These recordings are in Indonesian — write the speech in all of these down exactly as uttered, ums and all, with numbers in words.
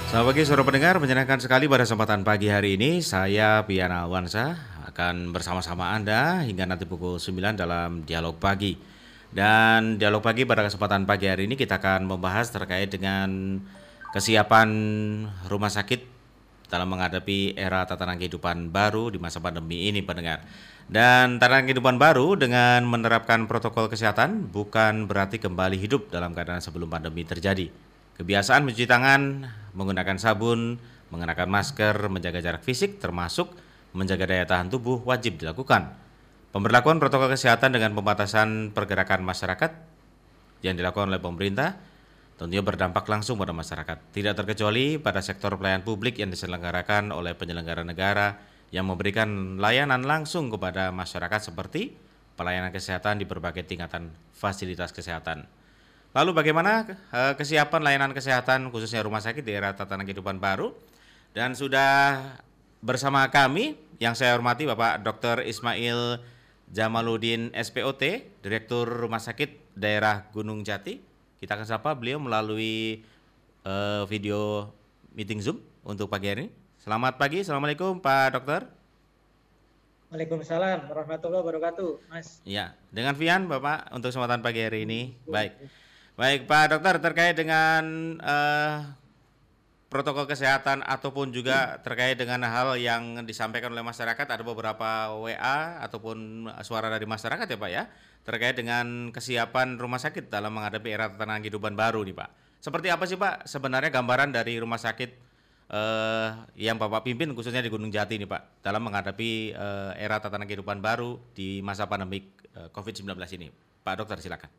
Selamat pagi saudara pendengar, menyenangkan sekali pada kesempatan pagi hari ini saya Pian Alwansa akan bersama-sama Anda hingga nanti pukul sembilan dalam Dialog Pagi. Dan Dialog Pagi pada kesempatan pagi hari ini kita akan membahas terkait dengan kesiapan rumah sakit dalam menghadapi era tatanan kehidupan baru di masa pandemi ini pendengar. Dan tatanan kehidupan baru dengan menerapkan protokol kesehatan bukan berarti kembali hidup dalam keadaan sebelum pandemi terjadi. Kebiasaan mencuci tangan, menggunakan sabun, mengenakan masker, menjaga jarak fisik, termasuk menjaga daya tahan tubuh wajib dilakukan. Pemberlakuan protokol kesehatan dengan pembatasan pergerakan masyarakat yang dilakukan oleh pemerintah tentunya berdampak langsung pada masyarakat. Tidak terkecuali pada sektor pelayanan publik yang diselenggarakan oleh penyelenggara negara yang memberikan layanan langsung kepada masyarakat seperti pelayanan kesehatan di berbagai tingkatan fasilitas kesehatan. Lalu bagaimana eh, kesiapan layanan kesehatan khususnya rumah sakit di era tatanan kehidupan baru? Dan sudah bersama kami yang saya hormati Bapak doktor Ismail Jamaluddin S P O T, Direktur Rumah Sakit Daerah Gunung Jati. Kita akan sapa beliau melalui eh, video meeting Zoom untuk pagi hari ini. Selamat pagi, Assalamualaikum Pak Dokter. Waalaikumsalam warahmatullahi wabarakatuh, Mas. Ya, dengan Vian Bapak untuk kesempatan pagi hari ini. Baik. Baik Pak Dokter, terkait dengan eh, protokol kesehatan ataupun juga terkait dengan hal yang disampaikan oleh masyarakat, ada beberapa W A ataupun suara dari masyarakat ya Pak ya, terkait dengan kesiapan rumah sakit dalam menghadapi era tatanan kehidupan baru nih Pak. Seperti apa sih Pak sebenarnya gambaran dari rumah sakit eh, yang Bapak pimpin khususnya di Gunung Jati nih Pak dalam menghadapi eh, era tatanan kehidupan baru di masa pandemi eh, covid sembilan belas ini. Pak Dokter silakan.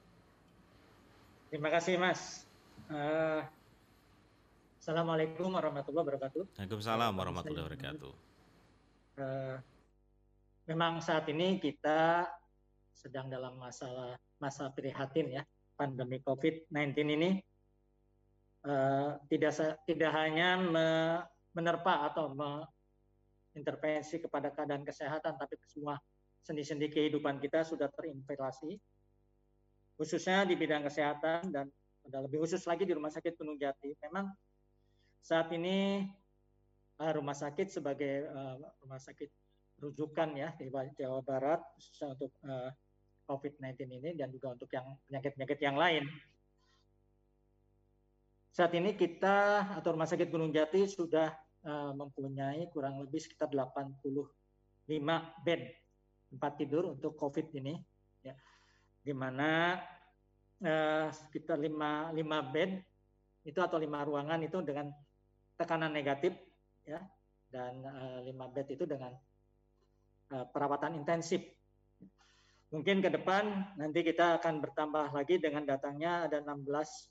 Terima kasih, Mas. Uh, Assalamualaikum warahmatullahi wabarakatuh. Waalaikumsalam warahmatullahi wabarakatuh. Uh, memang saat ini kita sedang dalam masalah masa prihatin ya, pandemi covid sembilan belas ini uh, tidak tidak hanya me, menerpa atau mengintervensi kepada keadaan kesehatan, tapi semua sendi-sendi kehidupan kita sudah terinfiltrasi, khususnya di bidang kesehatan dan lebih khusus lagi di Rumah Sakit Gunung Jati. Memang saat ini rumah sakit sebagai uh, rumah sakit rujukan ya di Jawa Barat khususnya untuk uh, covid sembilan belas ini dan juga untuk yang penyakit-penyakit yang lain. Saat ini kita atau Rumah Sakit Gunung Jati sudah uh, mempunyai kurang lebih sekitar delapan puluh lima bed tempat tidur untuk COVID ini, ya, di mana uh, sekitar lima, lima bed itu atau lima ruangan itu dengan tekanan negatif, ya, dan uh, lima bed itu dengan uh, perawatan intensif. Mungkin ke depan nanti kita akan bertambah lagi dengan datangnya ada enam belas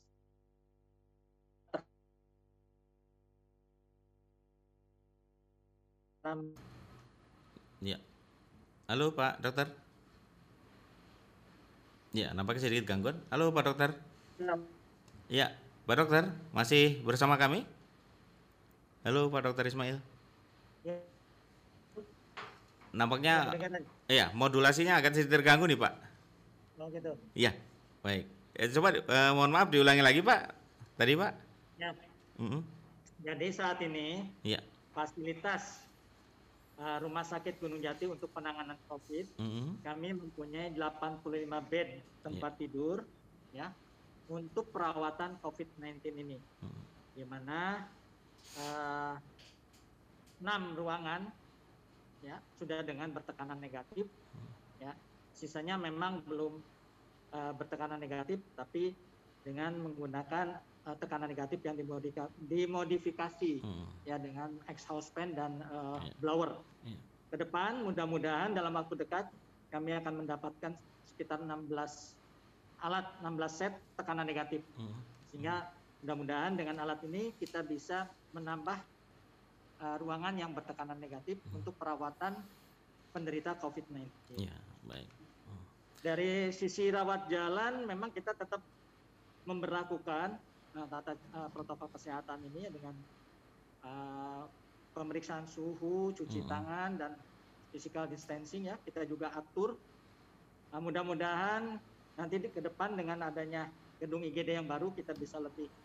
Ya. Halo Pak Dokter. Ya, nampaknya sedikit gangguan. Halo Pak Dokter. Ya, Pak Dokter masih bersama kami? Halo Pak Dokter Ismail. Ya. Nampaknya, iya, modulasinya agak sedikit terganggu nih Pak. Oh gitu. Iya, baik. Eh, coba eh, mohon maaf diulangi lagi Pak. Tadi Pak. Ya. Mm-hmm. Jadi saat ini ya. fasilitas uh, Rumah Sakit Gunung Jati untuk penanganan COVID, mm-hmm. kami mempunyai delapan puluh lima bed tempat yeah. tidur, ya, untuk perawatan COVID sembilan belas ini, mm-hmm. di mana uh, enam ruangan, ya, sudah dengan bertekanan negatif, mm-hmm. ya, sisanya memang belum uh, bertekanan negatif, tapi dengan menggunakan uh, tekanan negatif yang dimodifikasi, hmm. ya, dengan exhaust fan dan uh, yeah. blower. Yeah. Ke depan mudah-mudahan dalam waktu dekat kami akan mendapatkan sekitar enam belas alat, enam belas set tekanan negatif. Hmm. Sehingga mudah-mudahan dengan alat ini kita bisa menambah uh, ruangan yang bertekanan negatif hmm. untuk perawatan penderita COVID sembilan belas. Yeah, baik. Oh. Dari sisi rawat jalan memang kita tetap memberlakukan uh, tata uh, protokol kesehatan ini dengan uh, pemeriksaan suhu, cuci mm-hmm. tangan dan physical distancing, ya, kita juga atur. Uh, mudah-mudahan nanti di, ke depan dengan adanya gedung I G D yang baru kita bisa lebih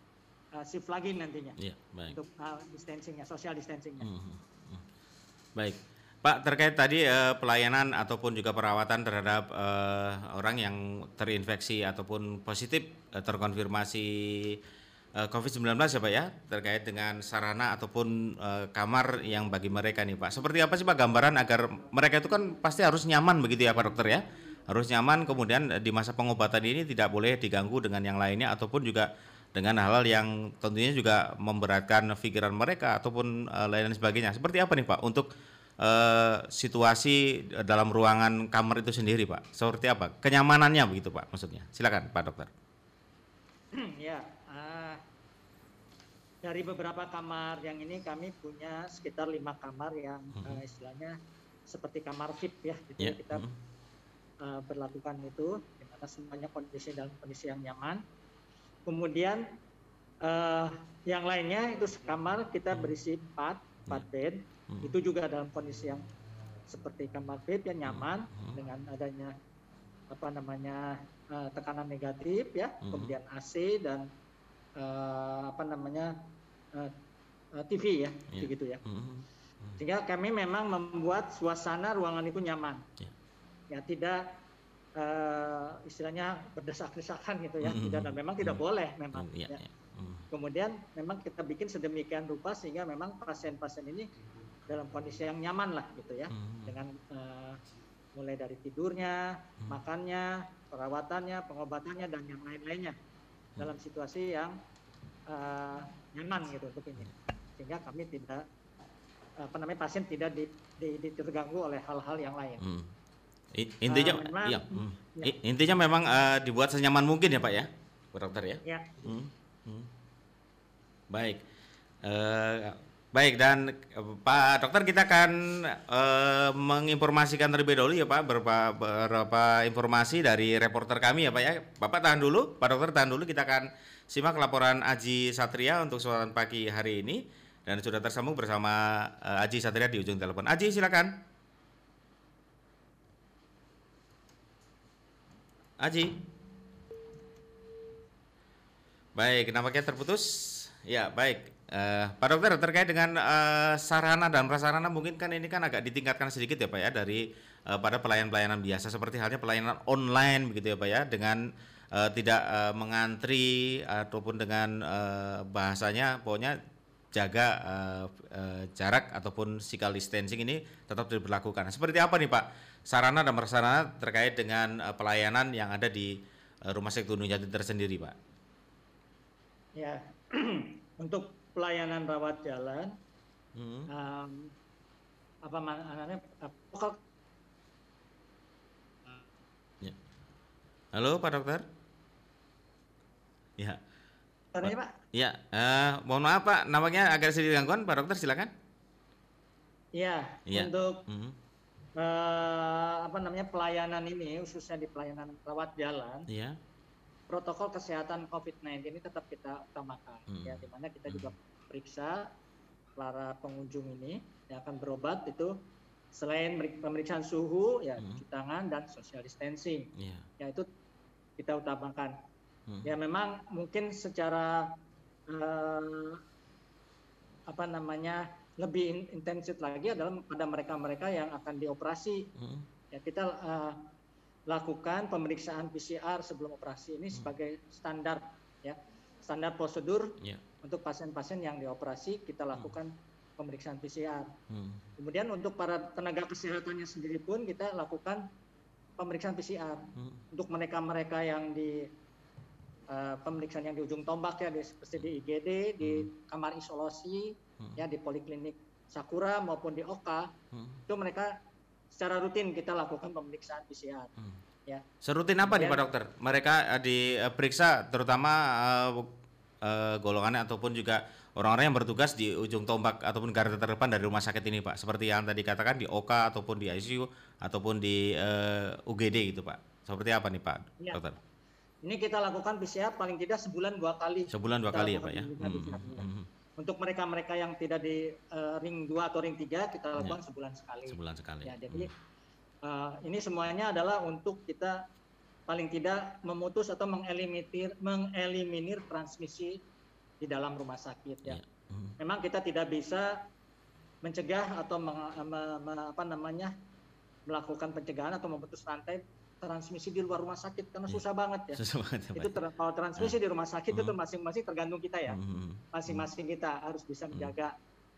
uh, shift lagi nantinya ya, baik. untuk uh, distancingnya, social distancingnya. Hmm, hmm. Baik, Pak, terkait tadi uh, pelayanan ataupun juga perawatan terhadap uh, orang yang terinfeksi ataupun positif uh, terkonfirmasi uh, covid sembilan belas ya Pak ya, terkait dengan sarana ataupun uh, kamar yang bagi mereka nih Pak. Seperti apa sih Pak gambaran agar mereka itu kan pasti harus nyaman begitu ya Pak Dokter ya? Harus nyaman, kemudian di masa pengobatan ini tidak boleh diganggu dengan yang lainnya ataupun juga dengan hal-hal yang tentunya juga memberatkan pikiran mereka ataupun uh, lain sebagainya. Seperti apa nih Pak untuk uh, situasi dalam ruangan kamar itu sendiri Pak? Seperti apa? Kenyamanannya begitu Pak maksudnya. Silakan Pak Dokter. Ya, uh, dari beberapa kamar yang ini kami punya sekitar lima kamar yang uh, istilahnya seperti kamar V I P ya, gitu Yeah. kita uh, berlakukan itu, di mana semuanya kondisi dalam kondisi yang nyaman. Kemudian uh, yang lainnya itu kamar kita berisi empat, empat bed, itu juga dalam kondisi yang seperti kamar V I P yang nyaman dengan adanya apa namanya uh, tekanan negatif ya, kemudian A C dan uh, apa namanya uh, uh, T V ya, Yeah. gitu ya. Sehingga kami memang membuat suasana ruangan itu nyaman, Yeah. ya tidak uh, istilahnya berdesak-desakan gitu ya, Mm-hmm. tidak dan memang tidak boleh memang. Mm, yeah, ya. yeah. Mm. Kemudian memang kita bikin sedemikian rupa sehingga memang pasien-pasien ini dalam kondisi yang nyaman lah gitu ya, Mm. dengan uh, mulai dari tidurnya, Mm. makannya, perawatannya, pengobatannya dan yang lain-lainnya dalam situasi yang uh, nyaman gitu untuk ini, sehingga kami tidak apa namanya pasien tidak di, di, di terganggu oleh hal-hal yang lain. Mm. I- Intinya, Uh, memang, iya, mm. ya. I- intinya memang uh, dibuat senyaman mungkin ya Pak ya, Pak Dokter ya. Ya. Mm. Mm. Baik, uh, baik dan uh, Pak Dokter kita akan uh, menginformasikan terlebih dahulu ya Pak beberapa, beberapa informasi dari reporter kami ya Pak ya. Bapak tahan dulu, Pak Dokter tahan dulu, kita akan simak laporan Aji Satria untuk kesempatan pagi hari ini dan sudah tersambung bersama uh, Aji Satria di ujung telepon. Aji silakan. Aji. Baik, nampaknya terputus. Ya, baik. Uh, Pak Dokter, terkait dengan uh, sarana dan prasarana mungkin kan ini kan agak ditingkatkan sedikit ya Pak ya dari uh, pada pelayanan-pelayanan biasa seperti halnya pelayanan online begitu ya Pak ya, dengan uh, tidak uh, mengantri ataupun dengan uh, bahasanya pokoknya jaga uh, uh, jarak ataupun physical distancing ini tetap diberlakukan. Seperti apa nih Pak sarana dan prasarana terkait dengan uh, pelayanan yang ada di uh, Rumah Sakit Gunung Jati tersendiri Pak? Ya, untuk pelayanan rawat jalan, hmm. um, apa namanya? Pokok. Ya. Halo Pak Dokter. Ya. Tanya Pak. Ya, uh, mohon maaf Pak, nampaknya agak sedikit gangguan, Pak Dokter silakan. Ya, ya. untuk hmm. uh, apa namanya pelayanan ini khususnya di pelayanan rawat jalan. Ya. Protokol kesehatan covid sembilan belas ini tetap kita utamakan, hmm. ya, di mana kita hmm. juga periksa para pengunjung ini yang akan berobat itu selain pemeriksaan suhu, ya hmm. cuci tangan dan social distancing, yeah. ya itu kita utamakan. Hmm. Ya memang mungkin secara uh, apa namanya lebih intensif lagi adalah pada mereka-mereka yang akan dioperasi, hmm. ya kita uh, lakukan pemeriksaan P C R sebelum operasi ini hmm. sebagai standar ya standar prosedur yeah. untuk pasien-pasien yang dioperasi kita lakukan hmm. pemeriksaan P C R. Hmm. Kemudian untuk para tenaga kesehatannya sendiri pun kita lakukan pemeriksaan P C R hmm. untuk mereka-mereka yang di uh, pemeriksaan yang di ujung tombak ya di, seperti di I G D, di hmm. kamar isolasi hmm. ya di Poliklinik Sakura maupun di O K A hmm. itu mereka secara rutin kita lakukan pemeriksaan P C R. Hmm. Ya. Serutin apa nih Pak Dokter? Mereka uh, diperiksa terutama uh, uh, golongannya ataupun juga orang-orang yang bertugas di ujung tombak ataupun garda terdepan dari rumah sakit ini Pak. Seperti yang tadi katakan di O K A ataupun di I C U ataupun di uh, U G D gitu Pak. Seperti apa nih Pak ya. Dokter? Ini kita lakukan P C R paling tidak sebulan dua kali. Sebulan dua kali ya Pak ya. Hmm. Hmm. Untuk mereka-mereka yang tidak di uh, ring dua atau ring tiga kita lakukan ya. sebulan sekali. Sebulan sekali. Ya, jadi hmm. uh, ini semuanya adalah untuk kita paling tidak memutus atau mengeliminir mengeliminir transmisi di dalam rumah sakit ya. Ya. Hmm. Memang kita tidak bisa mencegah atau meng, me, me, apa namanya melakukan pencegahan atau memutus rantai transmisi di luar rumah sakit karena Ya. susah banget ya. Susah banget, itu ter, kalau transmisi uh. di rumah sakit uh. itu masing-masing tergantung kita ya. Masing-masing uh. kita harus bisa menjaga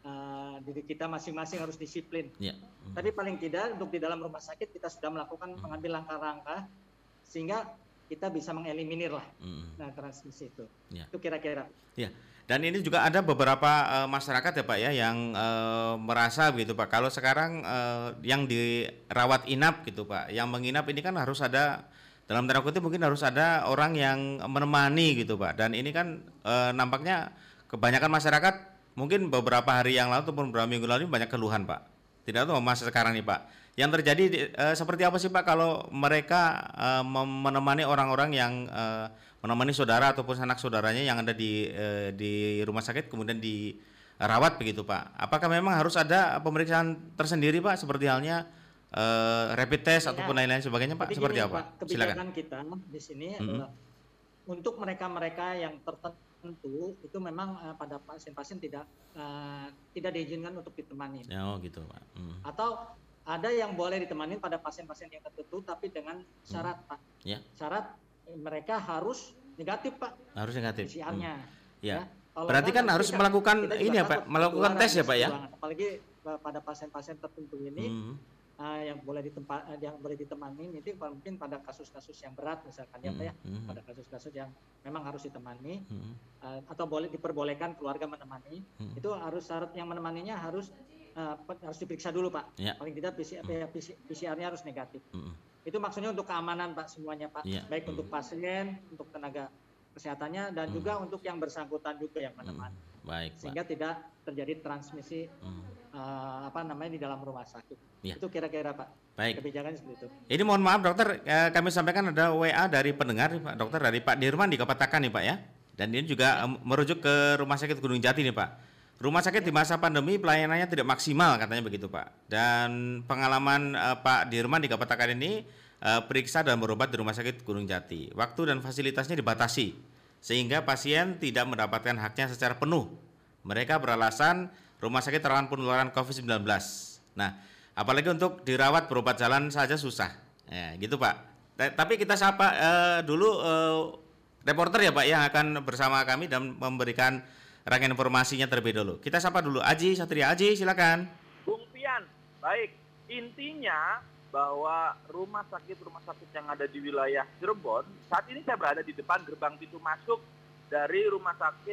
uh, diri kita masing-masing, harus disiplin. Ya. Uh. Tapi paling tidak untuk di dalam rumah sakit kita sudah melakukan uh. mengambil langkah-langkah sehingga kita bisa mengeliminir lah uh. nah, transmisi itu. Ya. Itu kira-kira. Ya. Dan ini juga ada beberapa uh, masyarakat ya Pak ya yang uh, merasa begitu Pak. Kalau sekarang uh, yang dirawat inap gitu Pak, yang menginap ini kan harus ada, dalam tanda kutip mungkin harus ada orang yang menemani gitu Pak. Dan ini kan uh, nampaknya kebanyakan masyarakat mungkin beberapa hari yang lalu ataupun beberapa minggu lalu banyak keluhan Pak. Tidak tahu masa sekarang nih Pak. Yang terjadi uh, seperti apa sih Pak kalau mereka uh, menemani orang-orang yang uh, menemani saudara ataupun anak saudaranya yang ada di uh, di rumah sakit kemudian dirawat begitu Pak? Apakah memang harus ada pemeriksaan tersendiri Pak seperti halnya uh, rapid test ya, ataupun lain-lain sebagainya Pak? Seperti apa? Pak, kebijakan Silakan. Kita di sini mm-hmm. adalah untuk mereka-mereka yang tertentu itu memang uh, pada pasien-pasien tidak uh, tidak diizinkan untuk ditemani. Oh gitu Pak. Mm. Atau ada yang boleh ditemani pada pasien-pasien yang tertentu tapi dengan syarat hmm. Pak. Ya. Syarat mereka harus negatif Pak. Harus negatif. P C R-nya. Hmm. Ya. ya. Berarti kan harus kita, melakukan kita ini ya Pak, melakukan tes ya Pak ya. Apalagi pada pasien-pasien tertentu ini hmm. uh, yang boleh ditempat, uh, yang boleh ditemani itu mungkin pada kasus-kasus yang berat misalkan hmm. ya Pak ya. Hmm. Pada kasus-kasus yang memang harus ditemani hmm. uh, atau boleh diperbolehkan keluarga menemani. Hmm. Itu harus syarat yang menemaninya harus Uh, harus diperiksa dulu Pak, ya. Paling tidak P C R-nya harus negatif. Mm. Itu maksudnya untuk keamanan Pak semuanya Pak, ya. Baik mm. untuk pasien, untuk tenaga kesehatannya dan mm. juga untuk yang bersangkutan juga yang menemani. Mm. Baik, sehingga Pak. tidak terjadi transmisi mm. uh, apa namanya di dalam rumah sakit. Ya. Itu kira-kira Pak. Baik. Kebijakannya seperti itu. Ini mohon maaf dokter, eh, kami sampaikan ada W A dari pendengar Pak dokter dari Pak Dirman di Kapatakan nih Pak ya. Dan ini juga ya. merujuk ke Rumah Sakit Gunung Jati nih Pak. Rumah sakit di masa pandemi pelayanannya tidak maksimal katanya begitu Pak. Dan pengalaman uh, Pak Dirman di Kapatakan ini uh, periksa dan berobat di Rumah Sakit Gunung Jati. Waktu dan fasilitasnya dibatasi sehingga pasien tidak mendapatkan haknya secara penuh. Mereka beralasan rumah sakit rawan penularan covid sembilan belas. Nah, apalagi untuk dirawat berobat jalan saja susah. Ya, gitu Pak. T- tapi kita sapa uh, dulu uh, reporter ya Pak yang akan bersama kami dan memberikan rangkaian informasinya terlebih dulu. Kita sapa dulu Aji Satria. Aji silakan. Bung Pian, baik. Intinya bahwa rumah sakit-rumah sakit yang ada di wilayah Cirebon, saat ini saya berada di depan gerbang pintu masuk dari rumah sakit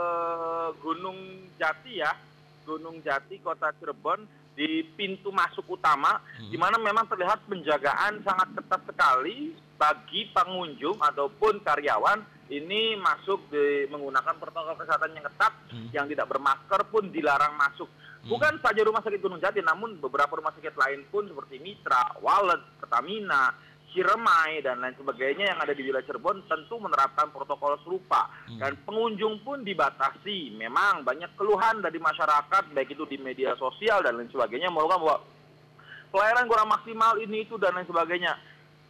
eh, Gunung Jati ya, Gunung Jati Kota Cirebon di pintu masuk utama, hmm. di mana memang terlihat penjagaan sangat ketat sekali bagi pengunjung ataupun karyawan. Ini masuk di, menggunakan protokol kesehatan yang ketat, hmm. yang tidak bermasker pun dilarang masuk. Hmm. Bukan saja Rumah Sakit Gunung Jati, namun beberapa rumah sakit lain pun seperti Mitra, Walet, Pertamina, Ciremai, dan lain sebagainya yang ada di wilayah Cirebon tentu menerapkan protokol serupa. Hmm. Dan pengunjung pun dibatasi. Memang banyak keluhan dari masyarakat, baik itu di media sosial dan lain sebagainya, melakukan bahwa pelayanan kurang maksimal ini, itu, dan lain sebagainya.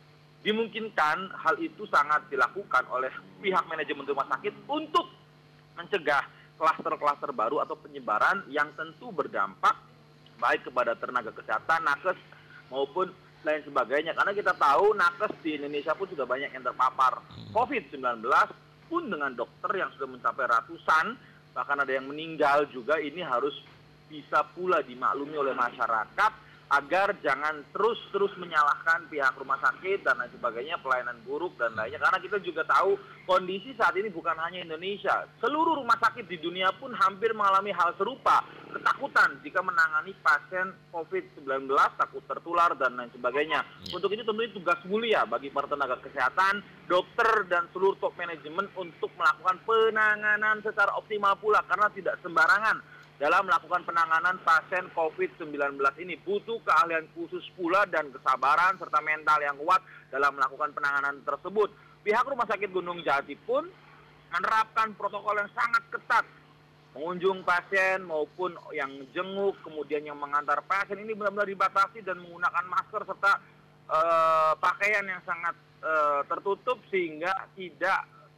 Dimungkinkan hal itu sangat dilakukan oleh pihak manajemen rumah sakit untuk mencegah klaster-klaster baru atau penyebaran yang tentu berdampak baik kepada tenaga kesehatan, nakes maupun lain sebagainya. Karena kita tahu nakes di Indonesia pun sudah banyak yang terpapar covid sembilan belas pun dengan dokter yang sudah mencapai ratusan, bahkan ada yang meninggal juga. Ini harus bisa pula dimaklumi oleh masyarakat agar jangan terus-terus menyalahkan pihak rumah sakit dan lain sebagainya, pelayanan buruk dan lainnya. Karena kita juga tahu kondisi saat ini bukan hanya Indonesia. Seluruh rumah sakit di dunia pun hampir mengalami hal serupa. Ketakutan jika menangani pasien covid sembilan belas, takut tertular dan lain sebagainya. Untuk itu tentunya tugas mulia bagi para tenaga kesehatan, dokter, dan seluruh top manajemen untuk melakukan penanganan secara optimal pula. Karena tidak sembarangan dalam melakukan penanganan pasien covid sembilan belas ini. Butuh keahlian khusus pula dan kesabaran serta mental yang kuat dalam melakukan penanganan tersebut. Pihak Rumah Sakit Gunung Jati pun menerapkan protokol yang sangat ketat. Pengunjung pasien maupun yang jenguk, kemudian yang mengantar pasien ini benar-benar dibatasi dan menggunakan masker serta uh, pakaian yang sangat uh, tertutup sehingga tidak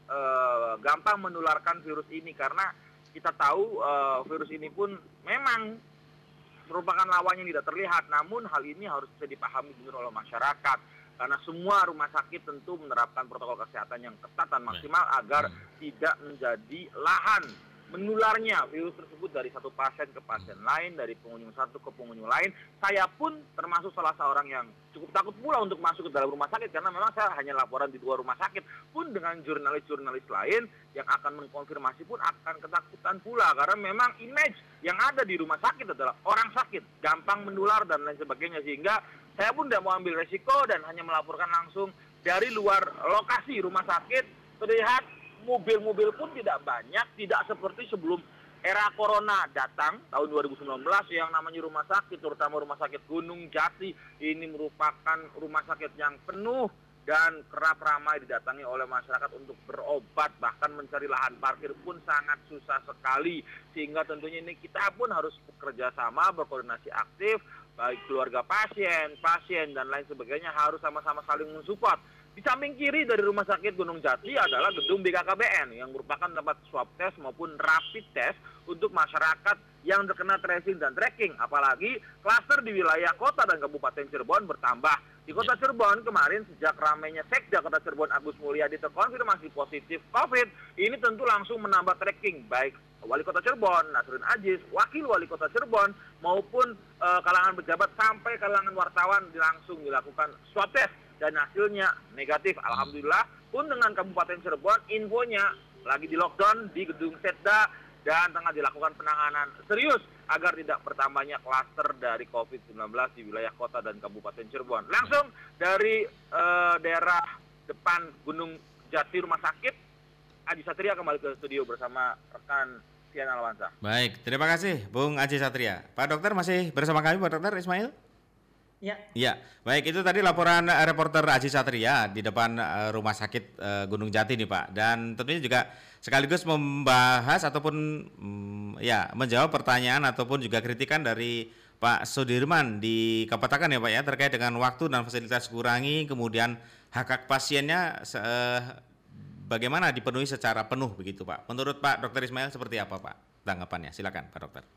uh, gampang menularkan virus ini, karena kita tahu uh, virus ini pun memang merupakan lawan yang tidak terlihat, namun hal ini harus bisa dipahami benar oleh masyarakat, karena semua rumah sakit tentu menerapkan protokol kesehatan yang ketat dan maksimal agar hmm. tidak menjadi lahan menularnya virus tersebut dari satu pasien ke pasien lain, dari pengunjung satu ke pengunjung lain. Saya pun termasuk salah seorang yang cukup takut pula untuk masuk ke dalam rumah sakit, karena memang saya hanya laporan di dua rumah sakit. Pun dengan jurnalis-jurnalis lain yang akan mengkonfirmasi pun akan ketakutan pula, karena memang image yang ada di rumah sakit adalah orang sakit, gampang menular dan lain sebagainya, sehingga saya pun tidak mau ambil resiko dan hanya melaporkan langsung dari luar lokasi rumah sakit. Terlihat mobil-mobil pun tidak banyak, tidak seperti sebelum era corona datang tahun dua ribu sembilan belas yang namanya rumah sakit, terutama rumah sakit Gunung Jati, ini merupakan rumah sakit yang penuh dan kerap ramai didatangi oleh masyarakat untuk berobat, bahkan mencari lahan parkir pun sangat susah sekali, sehingga tentunya ini kita pun harus bekerja sama, berkoordinasi aktif, baik keluarga pasien, pasien dan lain sebagainya harus sama-sama saling mensupport. Di samping kiri dari Rumah Sakit Gunung Jati adalah gedung B K K B N yang merupakan tempat swab test maupun rapid test untuk masyarakat yang terkena tracing dan tracking. Apalagi klaster di wilayah kota dan Kabupaten Cirebon bertambah. Di kota Cirebon kemarin sejak ramainya Sekda Kota Cirebon Agus Mulyadi terkonfirmasi positif COVID, ini tentu langsung menambah tracking baik Wali Kota Cirebon, Nasruddin Aziz, Wakil Wali Kota Cirebon, maupun e, kalangan pejabat sampai kalangan wartawan langsung dilakukan swab test. Dan hasilnya negatif, alhamdulillah. Pun dengan Kabupaten Cirebon, infonya lagi di lockdown di gedung Setda dan tengah dilakukan penanganan serius agar tidak bertambahnya klaster dari covid sembilan belas di wilayah kota dan Kabupaten Cirebon. Langsung dari uh, daerah depan Gunung Jati Rumah Sakit, Aji Satria kembali ke studio bersama rekan Pian Alwansa. Baik, terima kasih Bung Aji Satria. Pak Dokter masih bersama kami, Pak Dokter Ismail? Ya. Ya, baik, itu tadi laporan uh, reporter Aji Satria di depan uh, Rumah Sakit uh, Gunung Jati nih Pak. Dan tentunya juga sekaligus membahas ataupun um, ya menjawab pertanyaan ataupun juga kritikan dari Pak Sudirman di Kapatakan ya Pak ya, terkait dengan waktu dan fasilitas kurangi, kemudian hak hak pasiennya uh, bagaimana dipenuhi secara penuh begitu Pak. Menurut Pak Dokter Ismail seperti apa Pak tanggapannya? Silakan Pak Dokter.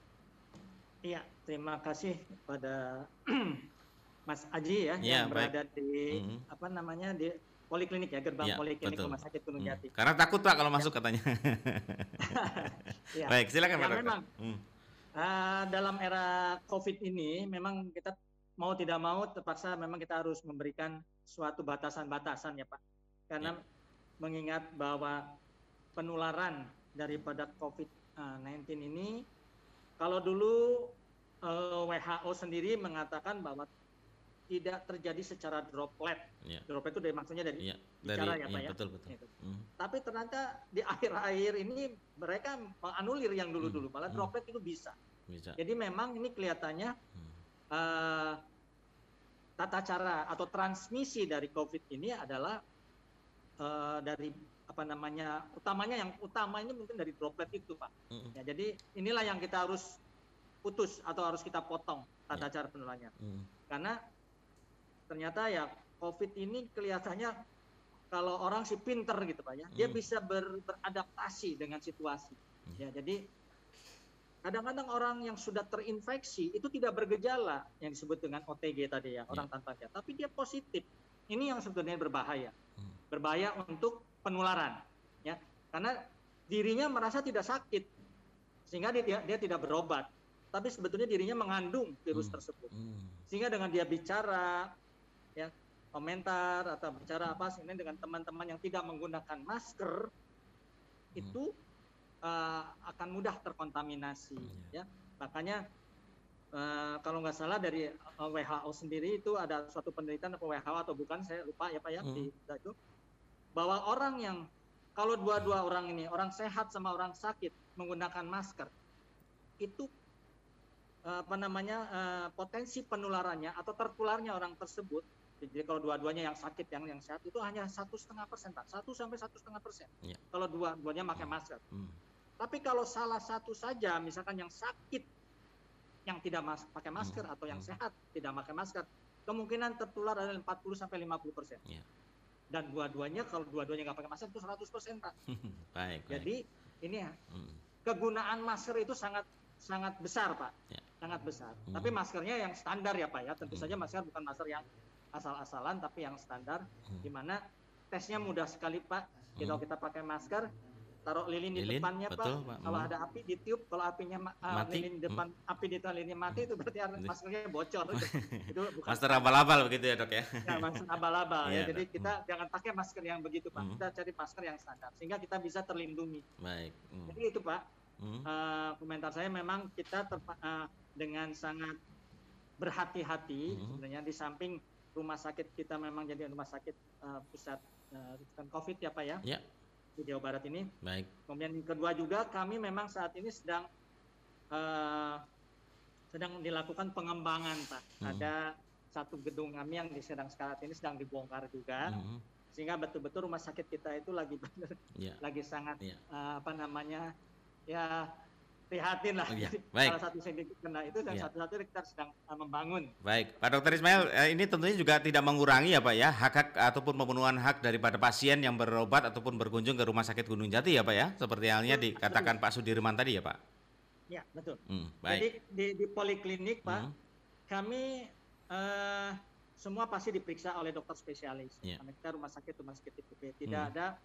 Iya, terima kasih pada Mas Aji ya, ya yang baik. berada di mm-hmm. apa namanya di poliklinik ya, gerbang ya, poliklinik betul. Rumah Sakit Gunung Jati. Hmm. Karena takut Pak kalau masuk katanya. Ya. Baik, silakan ya, Pak Dokter. Memang hmm. uh, dalam era COVID ini memang kita mau tidak mau terpaksa memang kita harus memberikan suatu batasan-batasan ya Pak. Karena ya. mengingat bahwa penularan daripada covid sembilan belas ini, kalau dulu uh, W H O sendiri mengatakan bahwa tidak terjadi secara droplet. Ya. Droplet itu dari maksudnya dari ya, bicara dari, ya Pak ya. Betul, betul. Gitu. Hmm. Tapi ternyata di akhir-akhir ini mereka menganulir yang dulu-dulu, malah hmm. droplet itu bisa. bisa. Jadi memang ini kelihatannya hmm. uh, tata cara atau transmisi dari COVID ini adalah uh, dari apa namanya utamanya yang utamanya mungkin dari droplet itu Pak. Hmm. Ya, jadi inilah yang kita harus putus atau harus kita potong tata ya. cara penularannya. Hmm. Karena ternyata ya COVID ini kelihatannya kalau orang sih pinter gitu Pak ya, hmm. dia bisa ber, beradaptasi dengan situasi. Hmm. Ya, jadi kadang-kadang orang yang sudah terinfeksi itu tidak bergejala yang disebut dengan O T G tadi ya, orang yeah. tanpa gejala, tapi dia positif. Ini yang sebenarnya berbahaya, hmm. berbahaya untuk penularan, ya, karena dirinya merasa tidak sakit sehingga dia dia tidak berobat, tapi sebetulnya dirinya mengandung virus hmm. tersebut, hmm. sehingga dengan dia bicara ya komentar atau bicara apa sih dengan teman-teman yang tidak menggunakan masker hmm. itu uh, akan mudah terkontaminasi hmm. ya. Makanya uh, kalau nggak salah dari uh, W H O sendiri itu ada suatu penelitian atau W H O atau bukan saya lupa ya Pak ya hmm. di itu bahwa orang yang kalau dua-dua orang ini orang sehat sama orang sakit menggunakan masker itu apa namanya uh, potensi penularannya atau tertularnya orang tersebut. Jadi kalau dua-duanya yang sakit yang yang sehat itu hanya satu setengah persen Pak, satu sampai satu setengah persen. Kalau dua-duanya pakai masker. Hmm. Tapi kalau salah satu saja, misalkan yang sakit yang tidak mas- pakai masker hmm. atau yang sehat tidak pakai masker, kemungkinan tertular adalah empat puluh sampai lima puluh persen. Yeah. dan dua-duanya kalau dua-duanya nggak pakai masker itu seratus persen Pak. Baik. Jadi baik. ini ya Hmm. kegunaan masker itu sangat sangat besar Pak, Ya. sangat besar. Hmm. Tapi maskernya yang standar ya Pak ya. Tentu Hmm. saja masker bukan masker yang asal-asalan tapi yang standar, Hmm. di mana tesnya mudah sekali Pak. Kalau Hmm. kita pakai masker, taruh lilin di Lilin, depannya betul, Pak. Pak. Kalau Hmm. ada api ditiup, kalau apinya ma- uh, Mati. lilin di depan, api di depan lilinnya mati itu berarti Hmm. maskernya bocor. Itu, itu bukan Master standar. abal-abal begitu ya dok ya. Ya, masker abal-abal Iya, ya. Jadi Dok. kita jangan pakai masker yang begitu Pak. Hmm. Kita cari masker yang standar sehingga kita bisa terlindungi. Baik. Hmm. Jadi itu Pak. Hmm. Uh, komentar saya memang kita terpa- uh, dengan sangat berhati-hati Hmm. sebenarnya di samping rumah sakit kita memang jadi rumah sakit uh, pusat uh, rujukan COVID ya Pak ya. Ya. Di Jawa Barat ini. Baik. Kemudian yang kedua juga kami memang saat ini sedang uh, sedang dilakukan pengembangan Pak. Hmm. Ada satu gedung kami yang sedang sekarang ini sedang dibongkar juga. Hmm. Sehingga betul-betul rumah sakit kita itu lagi benar Ya. lagi sangat Ya. uh, apa namanya ya prihatin lah. Oh, iya. Jadi, Baik. salah satu yang kena itu dan Iya. satu-satunya kita sedang uh, membangun. Baik, Pak Dokter Ismail, eh, ini tentunya juga tidak mengurangi ya Pak ya hak-hak ataupun pemenuhan hak daripada pasien yang berobat ataupun berkunjung ke Rumah Sakit Gunung Jati ya Pak ya, seperti halnya Betul, dikatakan Pak Sudirman tadi ya Pak. Ya betul. Hmm, Jadi baik. di, di poliklinik Pak, Hmm. kami uh, semua pasti diperiksa oleh dokter spesialis. Iya. Karena kita rumah sakit rumah sakit tipe B. Tidak Hmm. ada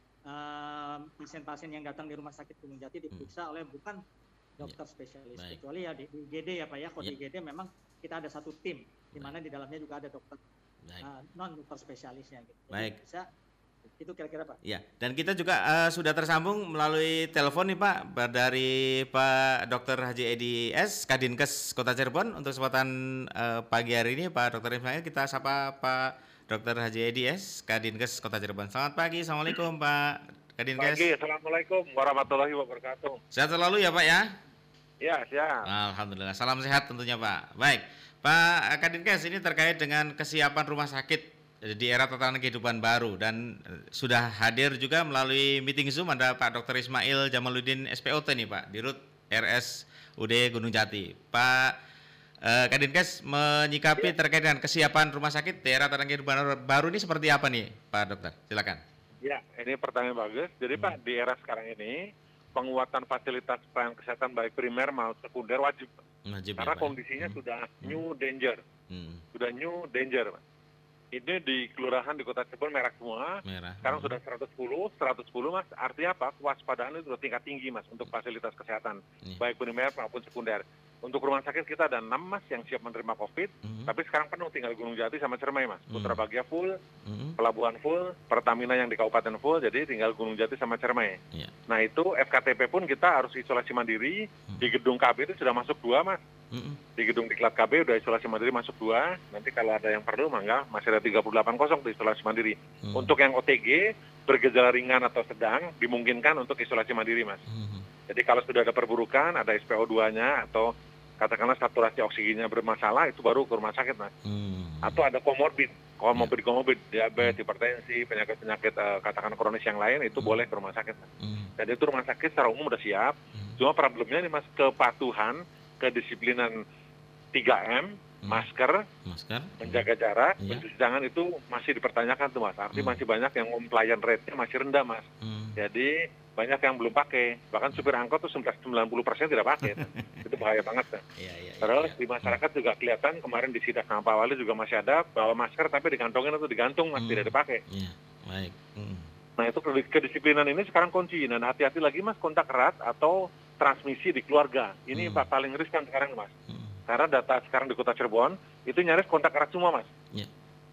uh, pasien-pasien yang datang di rumah sakit Gunung Jati diperiksa oleh bukan dokter spesialis. Baik. Kecuali ya di, di I G D ya Pak ya. Kalau Ya. di I G D memang kita ada satu tim di mana di dalamnya juga ada dokter Baik. uh, non dokter spesialisnya gitu. Jadi Baik. bisa itu kira-kira Pak. Ya, dan kita juga eh, sudah tersambung melalui telepon nih Pak dari Pak Dokter Haji Edi S, Kadinkes Kota Cirebon. Untuk kesempatan eh, pagi hari ini Pak Dokter Ismail, kita sapa Pak Dokter Haji Edi S, Kadinkes Kota Cirebon. Selamat pagi, Assalamualaikum Pak Kadinkes. Pagi, Assalamualaikum warahmatullahi wabarakatuh. Sehat selalu ya Pak ya. Ya, siap. Alhamdulillah, salam sehat tentunya Pak. Baik, Pak Kadinkes, ini terkait dengan kesiapan rumah sakit di era tatanan kehidupan baru dan eh, sudah hadir juga melalui meeting Zoom ada Pak Dokter Ismail Jamaluddin S P O T nih Pak, Dirut R S U D Gunung Jati. Pak eh, Kadinkes menyikapi terkait dengan kesiapan rumah sakit di era tatanan kehidupan baru ini seperti apa nih Pak Dokter? Silakan. Ya, ini pertanyaan bagus. Jadi Pak, di era sekarang ini penguatan fasilitas pelayanan kesehatan baik primer maupun sekunder wajib. Wajib ya, Karena Pak. kondisinya Hmm. sudah new danger. Hmm. Sudah new danger, Pak. Ini di kelurahan di Kota Cirebon merah semua. Merah. Sekarang sudah seratus sepuluh, seratus sepuluh Mas. Artinya apa? Kewaspadaan itu sudah tingkat tinggi Mas untuk fasilitas kesehatan Iya. baik primer maupun sekunder. Untuk rumah sakit kita ada enam Mas yang siap menerima COVID, Hmm. tapi sekarang penuh tinggal Gunung Jati sama Ciremai Mas. Putra Bahagia full, Hmm. Pelabuhan full, Pertamina yang di Kabupaten full, jadi tinggal Gunung Jati sama Ciremai. Iya. Nah itu F K T P pun kita harus isolasi mandiri. Hmm. Di gedung K B itu sudah masuk dua Mas. Hmm. Di gedung Diklat K B udah isolasi mandiri masuk dua. Nanti kalau ada yang perlu mangga masih ada tiga puluh delapan kosong di isolasi mandiri. Hmm. Untuk yang O T G bergejala ringan atau sedang dimungkinkan untuk isolasi mandiri Mas. Hmm. Jadi kalau sudah ada perburukan, ada S P O dua-nya atau katakanlah saturasi oksigennya bermasalah, itu baru ke rumah sakit Mas. Hmm. Atau ada komorbid, komorbid komorbid, diabetes, hipertensi, penyakit-penyakit eh, katakanlah kronis yang lain itu Hmm. boleh ke rumah sakit Mas. Hmm. Dan itu rumah sakit secara umum udah siap. Hmm. Cuma problemnya nih Mas, kepatuhan, kedisiplinan tiga M, Hmm. masker, Masker. menjaga jarak, Iya. mencuci tangan itu masih dipertanyakan tuh Mas. Artinya Hmm. masih banyak yang compliant rate-nya masih rendah Mas. Hmm. Jadi banyak yang belum pakai. Bahkan supir angkot tuh sembilan puluh persen tidak pakai. Itu bahaya banget. Kan? Iya, iya, iya, Terus iya. di masyarakat juga kelihatan kemarin di sidak sama Pak Wali juga masih ada bawa masker tapi dikantongin atau digantung Mas, Hmm. tidak dipakai. Iya, baik. Hmm. Nah itu kedisiplinan ini sekarang kunci. Dan hati-hati lagi Mas kontak erat atau transmisi di keluarga. Ini Hmm. Pak paling riskan sekarang Mas. Hmm. Karena data sekarang di Kota Cirebon itu nyaris kontak erat semua Mas. Iya.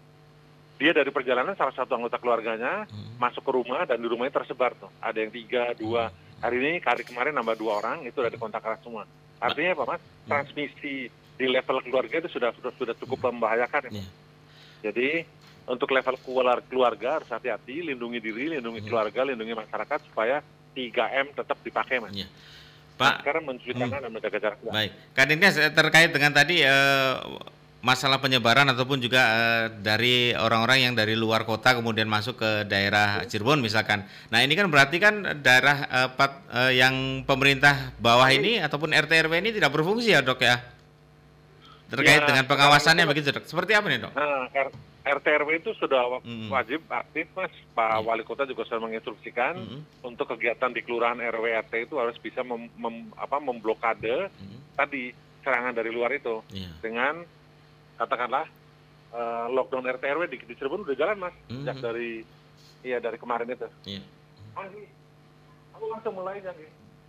Dia dari perjalanan salah satu anggota keluarganya Hmm. masuk ke rumah dan di rumahnya tersebar tuh. Ada yang tiga, dua. Hari ini, hari kemarin nambah dua orang, itu udah di kontak erat semua. Artinya apa Mas? Transmisi di level keluarga itu sudah sudah, sudah cukup membahayakan. Ya, Mas. Iya. Jadi untuk level keluar- keluarga harus hati-hati, lindungi diri, lindungi Hmm. keluarga, lindungi masyarakat supaya tiga M tetap dipakai Mas. Iya. Pak, Sekarang mencuci tangan dan menjaga jarak. baik. Kadinkes eh, terkait dengan tadi eh, masalah penyebaran ataupun juga eh, dari orang-orang yang dari luar kota kemudian masuk ke daerah Cirebon misalkan. Nah, ini kan berarti kan daerah eh, pat- eh, yang pemerintah bawah ini ataupun R T R W ini tidak berfungsi ya, Dok ya? terkait Ya, dengan pengawasannya begitu dok. Seperti apa nih dok? Nah, R- RT R W itu sudah Mm-mm. wajib aktif mas. Pak Iya. Wali Kota juga sudah menginstruksikan Mm-mm. untuk kegiatan di kelurahan R W R T itu harus bisa mem, mem- apa, memblokade Mm-mm. tadi serangan dari luar itu Iya. dengan katakanlah eh, lockdown R T R W di, di Cirebon udah jalan mas Mm-mm. sejak dari iya dari kemarin itu. Iya. Anggi, aku langsung mulai Anggi.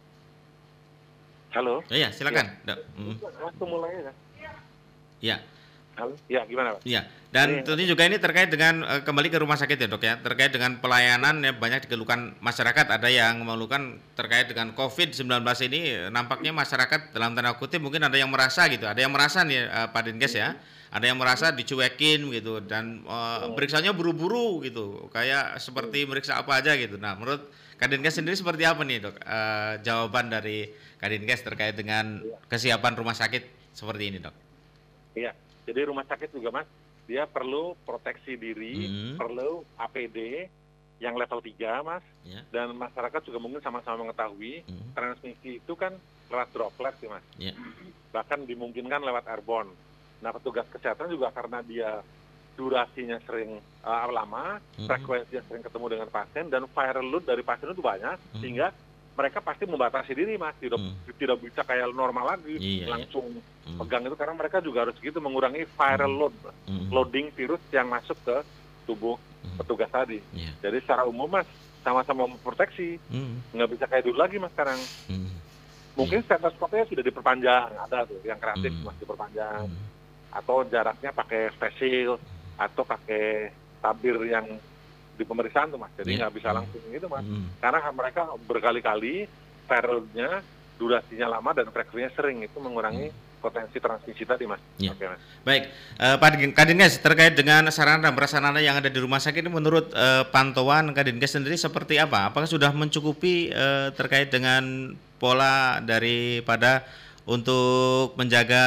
Halo. Oh, iya silakan dok. Mm. Langsung mulai ya. Iya. Halo. Ya gimana pak? Iya, dan Iya. tentunya juga ini terkait dengan uh, kembali ke rumah sakit ya dok ya, terkait dengan pelayanan ya banyak dikeluhkan masyarakat, ada yang mengeluhkan terkait dengan covid sembilan belas ini eh, nampaknya masyarakat dalam tanda kutip mungkin ada yang merasa gitu, ada yang merasa nih uh, Pak Dinkes ya, ada yang merasa dicuekin gitu dan uh, periksanya buru-buru gitu, kayak seperti meriksa apa aja gitu. Nah menurut Kak Dinkes sendiri seperti apa nih dok uh, jawaban dari Kak Dinkes terkait dengan kesiapan rumah sakit seperti ini dok? Iya. Jadi rumah sakit juga mas, dia perlu proteksi diri, Hmm. perlu A P D yang level tiga mas, Ya. dan masyarakat juga mungkin sama-sama mengetahui Hmm. transmisi itu kan lewat droplet sih mas, Ya. bahkan dimungkinkan lewat airborne. Nah petugas kesehatan juga karena dia durasinya sering uh, lama, Hmm. frekuensinya sering ketemu dengan pasien, dan viral load dari pasien itu banyak, Hmm. sehingga mereka pasti membatasi diri mas, tidak, Hmm. tidak bisa kayak normal lagi, Iya, iya. langsung Hmm. pegang itu, karena mereka juga harus gitu mengurangi viral load, Hmm. loading virus yang masuk ke tubuh Hmm. petugas tadi. Iya. Jadi secara umum mas, sama-sama memproteksi, Hmm. nggak bisa kayak dulu lagi mas sekarang. Hmm. Mungkin stetoskopnya sudah diperpanjang, ada tuh yang kreatif Hmm. mas diperpanjang, Hmm. atau jaraknya pakai face shield, atau pakai tabir yang di pemeriksaan tuh mas, jadi Iya. nggak bisa Hmm. langsung gitu mas, Hmm. karena mereka berkali-kali periodenya, durasinya lama dan frekuensinya sering, itu mengurangi potensi transmisi tadi mas. Iya. Oke mas. Baik, eh, Pak Din- Kak Dinkes terkait dengan sarana dan prasarana yang ada di rumah sakit ini menurut eh, pantauan Kak Dinkes sendiri seperti apa? Apakah sudah mencukupi eh, terkait dengan pola daripada untuk menjaga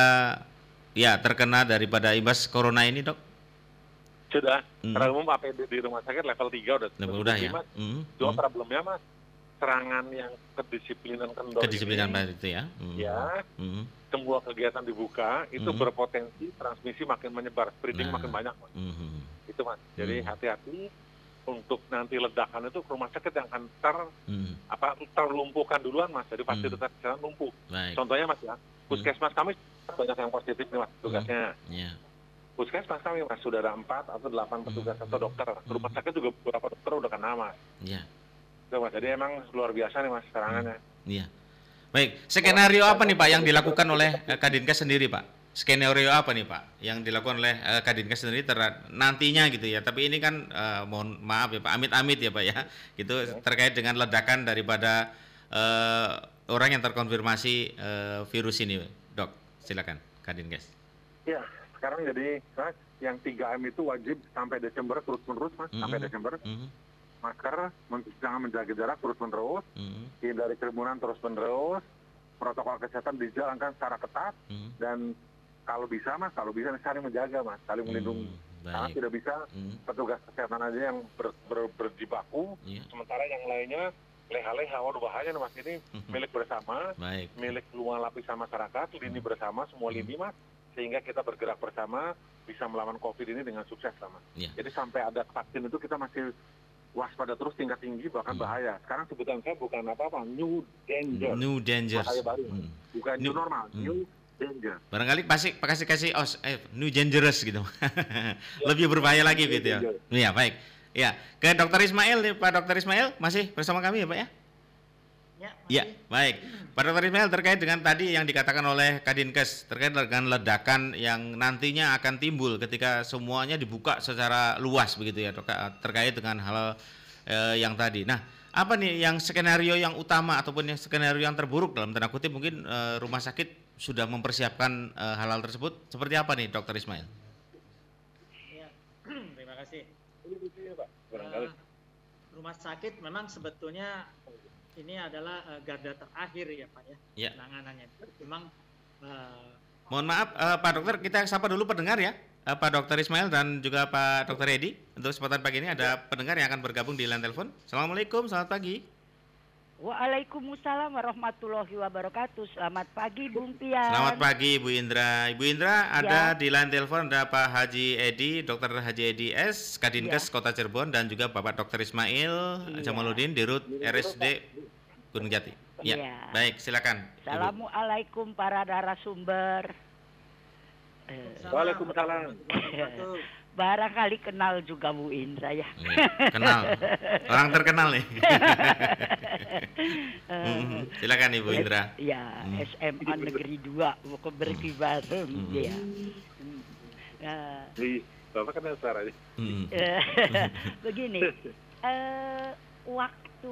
ya terkena daripada imbas corona ini dok? Sudah, Hmm. secara umum A P D di rumah sakit level tiga udah. Level udah ya? Mas. Hmm. Cuma Hmm. problemnya mas, serangan yang kedisiplinan kendor Kedisiplinan ini, Pak itu ya? Hmm. ya, Hmm. semua kegiatan dibuka, itu Hmm. berpotensi transmisi makin menyebar, spreading Nah. makin banyak mas. Hmm. Itu mas, jadi Hmm. hati-hati untuk nanti ledakan itu ke rumah sakit yang akan ter, Hmm. apa, terlumpuhkan duluan mas, jadi Hmm. fasilitas kesehatan lumpuh. Baik. Contohnya mas ya, puskesmas kami banyak yang positif nih mas tugasnya. Ya. Puskesmas kami mas sudah ada empat atau delapan petugas atau dokter. Rumah sakit juga beberapa dokter udah kena mas. Ya. Itu mas, jadi emang luar biasa nih mas serangannya. Iya. Baik, skenario apa nih Pak yang dilakukan oleh eh, Kak Dinkes sendiri Pak? Skenario apa nih Pak yang dilakukan oleh eh, Kak Dinkes sendiri ter- nantinya gitu ya? Tapi ini kan eh, mohon maaf ya Pak, amit-amit ya Pak ya, gitu terkait dengan ledakan daripada eh, orang yang terkonfirmasi eh, virus ini, Dok. Silakan Kak Dinkes. Iya, sekarang jadi mas, yang tiga M itu wajib sampai Desember terus menerus mas, Mhm. sampai Desember. Mhm. Masker, men- jangan menjaga jarak terus menerus, Mhm. hindari kerumunan terus menerus, protokol kesehatan dijalankan secara ketat, Mhm. dan kalau bisa mas, kalau bisa saling menjaga mas, saling melindungi. Hmm, Karena baik. tidak bisa Mhm. petugas kesehatan aja yang ber, ber- berjibaku, Iya. sementara yang lainnya leha-leha, waduh bahaya nih mas, ini Mhm. milik bersama, Baik. milik semua lapisan masyarakat, lini bersama, semua lini mas, sehingga kita bergerak bersama bisa melawan COVID ini dengan sukses lah mas. Iya. Jadi sampai ada vaksin itu kita masih waspada terus, tingkat tinggi, bahkan Hmm. bahaya. Sekarang sebutan saya bukan apa-apa, new danger, New dangers. bahaya baru, Hmm. bukan new, New- normal, hmm. new danger. Barangkali pasti kasih kasih os eh new dangerous gitu. Lebih berbahaya lagi New gitu ya. danger. Iya, baik. Ya, ke Dokter Ismail nih, Pak Dokter Ismail masih bersama kami ya, Pak ya? Ya, Iya, masih. baik. Pak Dokter Ismail terkait dengan tadi yang dikatakan oleh Kak Dinkes terkait dengan ledakan yang nantinya akan timbul ketika semuanya dibuka secara luas begitu ya, Dok, terkait dengan hal eh, yang tadi. Nah, apa nih yang skenario yang utama ataupun yang skenario yang terburuk dalam tanda kutip mungkin eh, rumah sakit sudah mempersiapkan eh, hal-hal tersebut seperti apa nih Dokter Ismail? Ya. Terima kasih. Iya, Pak. Barangkali. Eh, rumah sakit memang sebetulnya ini adalah eh, garda terakhir ya Pak ya, Ya. penanganannya. Memang eh, Mohon maaf eh, Pak Dokter, kita sapa dulu pendengar ya. Eh, Pak Dokter Ismail dan juga Pak Dokter Edi. Untuk kesempatan pagi ini ada pendengar yang akan bergabung di line telepon. Assalamualaikum, selamat pagi. Waalaikumsalam warahmatullahi wabarakatuh. Selamat pagi Bung Pian. Selamat pagi Ibu Indra. Ibu Indra ada Ya. di line telepon ada Pak Haji Edi, Dokter Haji Edi S, Kadinkes Ya. Kota Cirebon dan juga Bapak Dokter Ismail Iya. Jamaluddin, Dirut R S D Gunung Jati. Ya, Iya. baik silakan. Ibu. Assalamualaikum para narasumber. Eh, Waalaikumsalam. barangkali kenal juga Bu Indra ya. Ya, kenal, orang terkenal nih. Hmm, silakan Ibu Indra. Ya, Hmm. S M A Negeri dua Boko Berkibarem Hmm. ya. Hmm. Nah, Ih, Bapak kenal suaranya. Hmm. eh, begini, eh, waktu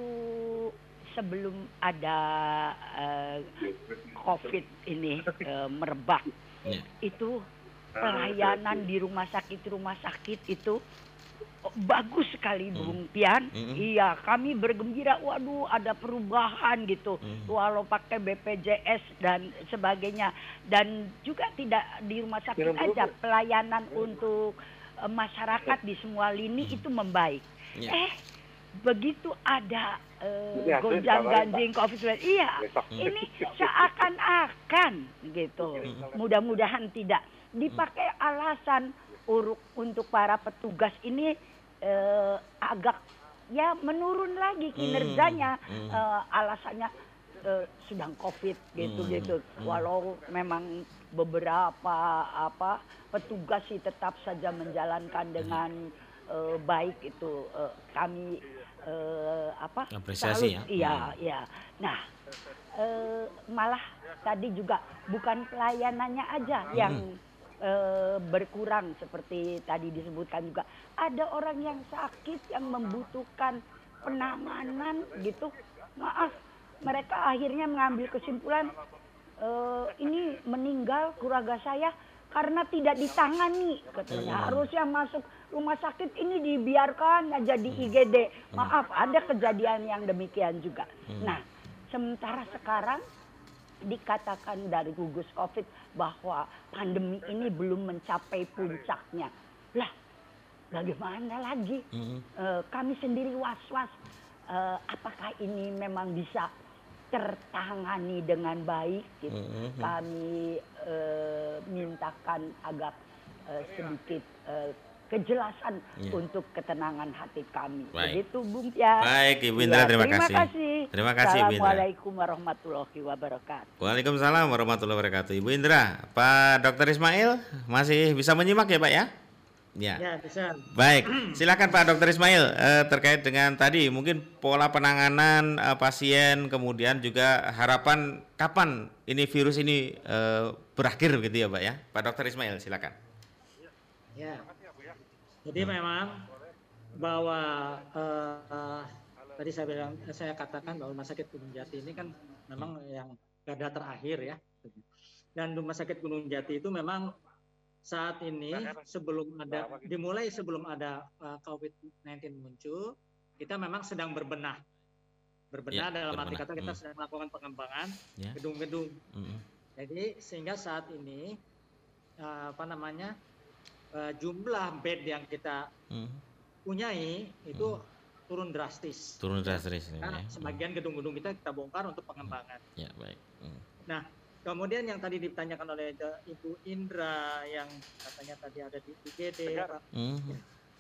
sebelum ada eh, COVID ini eh, merebak, Ya. itu pelayanan di rumah sakit-rumah sakit itu oh, bagus sekali Bung Pian. Mm-mm. Iya, kami bergembira. Waduh, ada perubahan gitu. Mm. Walau pakai B P J S dan sebagainya. Dan juga tidak di rumah sakit aja, pelayanan untuk eh, masyarakat di semua lini itu membaik. Ya. Eh, begitu ada Ini eh, hasil gonjang-ganjing COVID sembilan belas. Iya, Besok. ini seakan-akan gitu. Mudah-mudahan tidak dipakai alasan uruk untuk para petugas ini eh, agak ya menurun lagi kinerjanya. Hmm. Eh, alasannya eh, sedang COVID gitu-gitu. Hmm. Walau memang beberapa apa petugas sih tetap saja menjalankan dengan eh, baik itu eh, kami eh, apa Apresiasi salut. ya. Iya, Hmm. iya. Nah, eh, malah tadi juga bukan pelayanannya aja Hmm. yang eh, berkurang seperti tadi disebutkan juga. Ada orang yang sakit yang membutuhkan penanganan gitu. Maaf, mereka akhirnya mengambil kesimpulan eh, ini meninggal keluarga saya karena tidak ditangani katanya. Harusnya masuk rumah sakit ini dibiarkan aja di I G D. Maaf, ada kejadian yang demikian juga. Nah, sementara sekarang dikatakan dari gugus COVID bahwa pandemi ini belum mencapai puncaknya. Lah, bagaimana lagi? Hmm. Eh, kami sendiri was-was. Eh, apakah ini memang bisa tertangani dengan baik? Gitu. Hmm. Kami eh, mintakan agak eh, sedikit eh, kejelasan Ya. untuk ketenangan hati kami. Baik. Begitu Bung Pian. Baik Ibu Indra, Ya, terima, terima kasih. kasih. Terima kasih Ibu Indra. Assalamualaikum warahmatullahi wabarakatuh. Waalaikumsalam warahmatullahi wabarakatuh. Ibu Indra, Pak Dokter Ismail masih bisa menyimak ya Pak ya? Ya. Ya, bisa. Baik, silakan Pak Dokter Ismail eh, terkait dengan tadi mungkin pola penanganan eh, pasien, kemudian juga harapan kapan ini virus ini eh, berakhir gitu ya Pak ya. Pak Dokter Ismail silakan. Ya. Jadi memang bahwa eh, eh, tadi saya bilang, saya katakan bahwa Rumah Sakit Gunung Jati ini kan memang yang garda terakhir ya. Dan Rumah Sakit Gunung Jati itu memang saat ini sebelum ada dimulai sebelum ada uh, COVID sembilan belas muncul, kita memang sedang berbenah. Berbenah Ya, dalam arti berbenah. kata kita Hmm. sedang melakukan pengembangan Ya. gedung-gedung. Mm-mm. Jadi sehingga saat ini uh, apa namanya uh, jumlah bed yang kita Mm. punyai itu turun drastis. Turun drastis ini Karena ya. sebagian gedung-gedung kita kita bongkar untuk pengembangan. Ya baik. Mm. Nah, kemudian yang tadi ditanyakan oleh uh, Ibu Indra yang katanya tadi ada di I G D, Dengar. Pak. Mhm.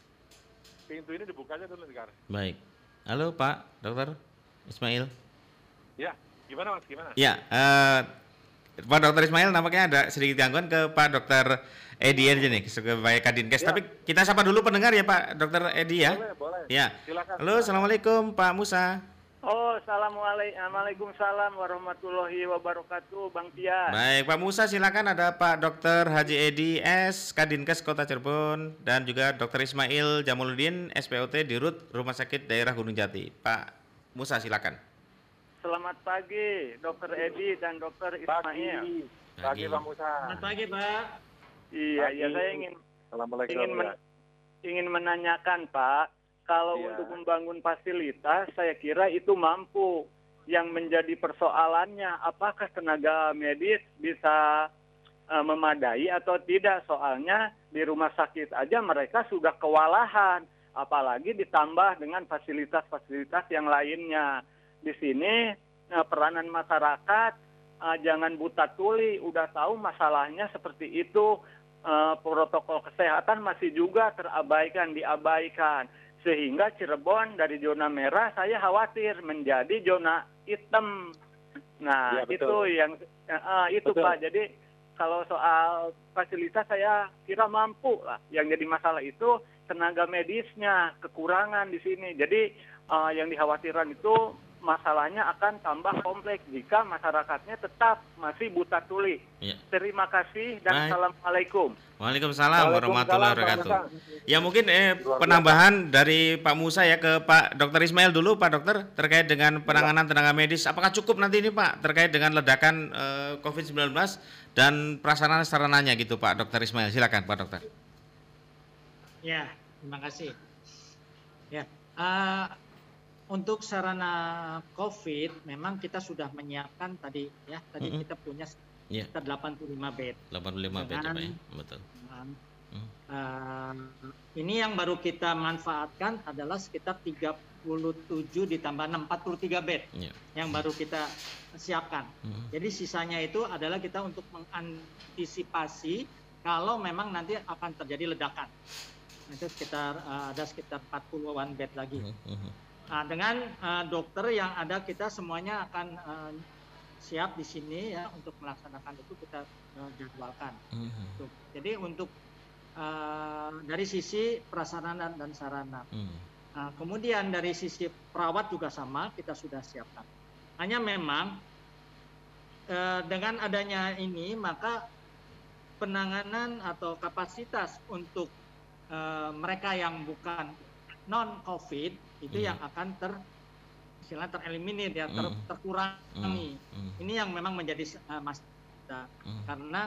Pintu ini dibukanya dulu, Negara. Baik. Halo Pak Dokter Ismail. Ya, gimana Mas? Gimana? Ya, eh, Pak Dokter Ismail nampaknya ada sedikit gangguan ke Pak Dokter Edi aja nih sebagai Kadinkes. Ya. Tapi kita sapa dulu pendengar ya Pak Dokter Edi ya. Boleh, boleh. Ya. Silakan. Halo, assalamualaikum Pak Musa. Oh, assalamualaikum warahmatullahi wabarakatuh, Bang Tia. Baik, Pak Musa silakan ada Pak Dokter Haji Edi S, Kadinkes Kota Cirebon dan juga Dokter Ismail Jamaluddin, S P O T Dirut Rumah Sakit Daerah Gunung Jati. Pak Musa silakan. Selamat pagi, Dokter Edi dan Dokter Pagi. Ismail. Pagi, Pagi. Pak Musa. Selamat pagi, Pak. Iya, Pagi. ya saya ingin Assalamualaikum. ingin men- ya. ingin menanyakan, Pak, kalau Iya. untuk membangun fasilitas, saya kira itu mampu. Yang menjadi persoalannya, apakah tenaga medis bisa uh, memadai atau tidak? Soalnya di rumah sakit aja mereka sudah kewalahan, apalagi ditambah dengan fasilitas-fasilitas yang lainnya. di sini uh, peranan masyarakat uh, jangan buta tuli, udah tahu masalahnya seperti itu, uh, protokol kesehatan masih juga terabaikan, diabaikan. Sehingga Cirebon dari zona merah saya khawatir menjadi zona hitam. Nah, ya, itu yang uh, itu betul. Pak. Jadi kalau soal fasilitas saya kira mampu lah. Yang jadi masalah itu tenaga medisnya kekurangan di sini. Jadi uh, yang dikhawatirkan itu masalahnya akan tambah kompleks jika masyarakatnya tetap masih buta tuli. Ya. Terima kasih dan Baik. Assalamualaikum. Waalaikumsalam warahmatullahi wabarakatuh. Ya mungkin eh, Luar biasa. penambahan dari Pak Musa ya ke Pak Dokter Ismail dulu, Pak Dokter, terkait dengan penanganan tenaga medis. Apakah cukup nanti ini Pak terkait dengan ledakan eh, covid sembilan belas dan prasarana sarananya gitu Pak Dokter Ismail. Silakan Pak Dokter. Ya, terima kasih. Ya, uh, untuk sarana COVID memang kita sudah menyiapkan tadi ya, tadi Mm-mm. kita punya Iya. sekitar delapan puluh lima bed. delapan puluh lima bed ya Pak ya. Dengan- Betul. Dengan, Hmm. uh, ini yang baru kita manfaatkan adalah sekitar tiga puluh tujuh ditambah enam, empat puluh tiga bed Iya. yang baru kita siapkan. Hmm. Jadi sisanya itu adalah kita untuk mengantisipasi kalau memang nanti akan terjadi ledakan. Itu sekitar uh, ada sekitar empat puluhan bed lagi. Hmm. Hmm. Nah, dengan uh, dokter yang ada kita semuanya akan uh, siap di sini ya untuk melaksanakan itu kita uh, jadwalkan. Hmm. Tuh. Jadi untuk uh, dari sisi prasarana dan sarana. Hmm. Nah, kemudian dari sisi perawat juga sama kita sudah siapkan. Hanya memang uh, dengan adanya ini maka penanganan atau kapasitas untuk uh, mereka yang bukan non COVID itu Hmm. yang akan ter istilahnya tereliminir ya, ter, Hmm. terkurangi. Hmm. Ini yang memang menjadi uh, masalah Hmm. karena